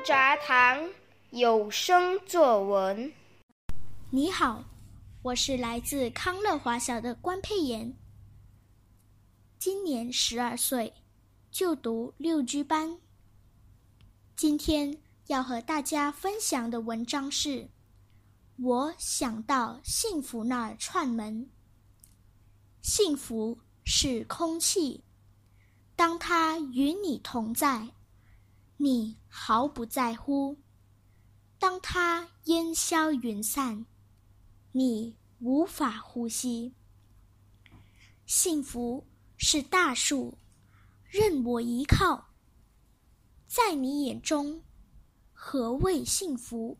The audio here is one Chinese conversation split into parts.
杂谈有声作文。 你好，我是来自康乐华小的关佩妍，今年12岁，就读6G 班。今天要和大家分享的文章是我想到幸福那儿串门。幸福是空气，当它与你同在，你毫不在乎；当它烟消云散，你无法呼吸。幸福是大树，任我依靠。在你眼中，何谓幸福？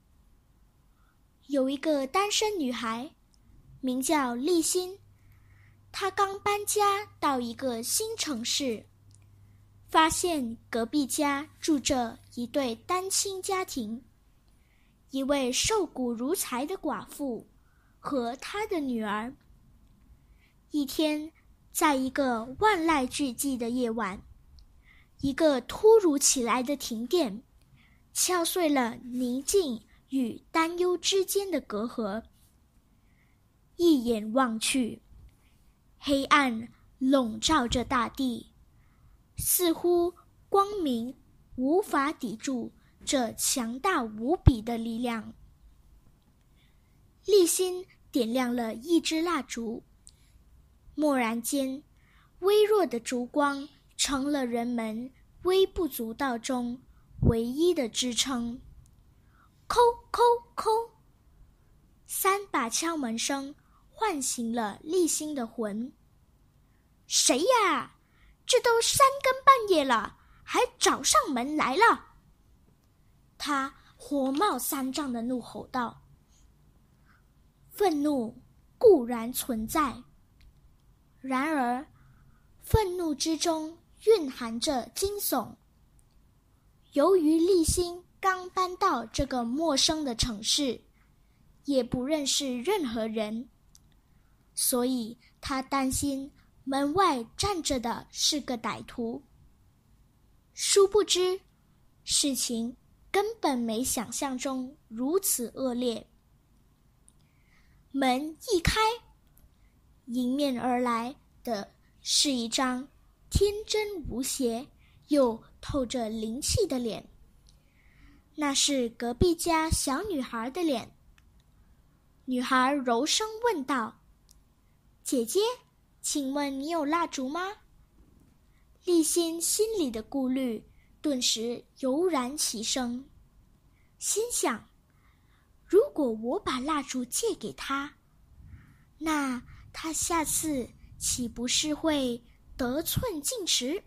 有一个单身女孩，名叫立新。她刚搬家到一个新城市，发现隔壁家住着一对单亲家庭，一位瘦骨如柴的寡妇和她的女儿。一天，在一个万籁俱寂的夜晚，一个突如其来的停电敲碎了宁静与担忧之间的隔阂。一眼望去，黑暗笼罩着大地，似乎光明无法抵住这强大无比的力量。立新点亮了一支蜡烛，蓦然间，微弱的烛光成了人们微不足道中唯一的支撑。叩叩叩，3把敲门声唤醒了立新的魂。谁呀？这都3更半夜了，还找上门来了！他火冒三丈地怒吼道。愤怒固然存在，然而愤怒之中蕴含着惊悚。由于立新刚搬到这个陌生的城市，也不认识任何人，所以他担心门外站着的是个歹徒。殊不知，事情根本没想象中如此恶劣。门一开，迎面而来的是一张天真无邪又透着灵气的脸。那是隔壁家小女孩的脸。女孩柔声问道：姐姐，请问你有蜡烛吗？立新心里的顾虑顿时油然其声，心想，如果我把蜡烛借给他，那他下次岂不是会得寸进尺？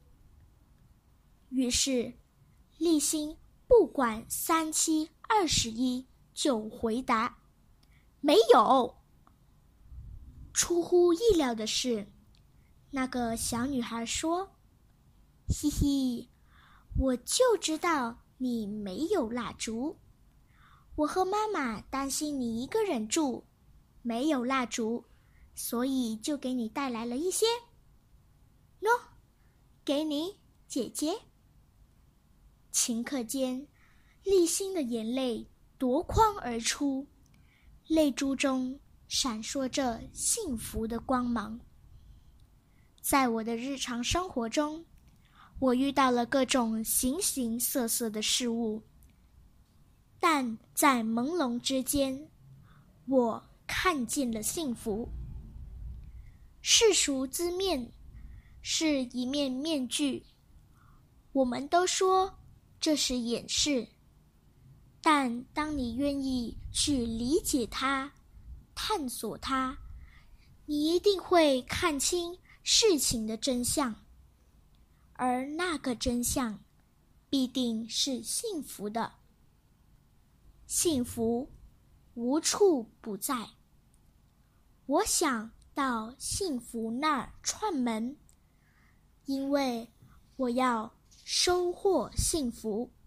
于是立新不管37、21，就回答：没有。出乎意料的是，那个小女孩说：嘻嘻，我就知道你没有蜡烛。我和妈妈担心你一个人住，没有蜡烛，所以就给你带来了一些。喏，给你，姐姐。顷刻间，立新的眼泪夺眶而出，泪珠中闪烁着幸福的光芒。在我的日常生活中，我遇到了各种形形色色的事物，但在朦胧之间，我看见了幸福。世俗之面是一面面具，我们都说这是掩饰，但当你愿意去理解它，探索它，你一定会看清事情的真相，而那个真相必定是幸福的。幸福无处不在，我想到幸福那儿串门，因为我要收获幸福。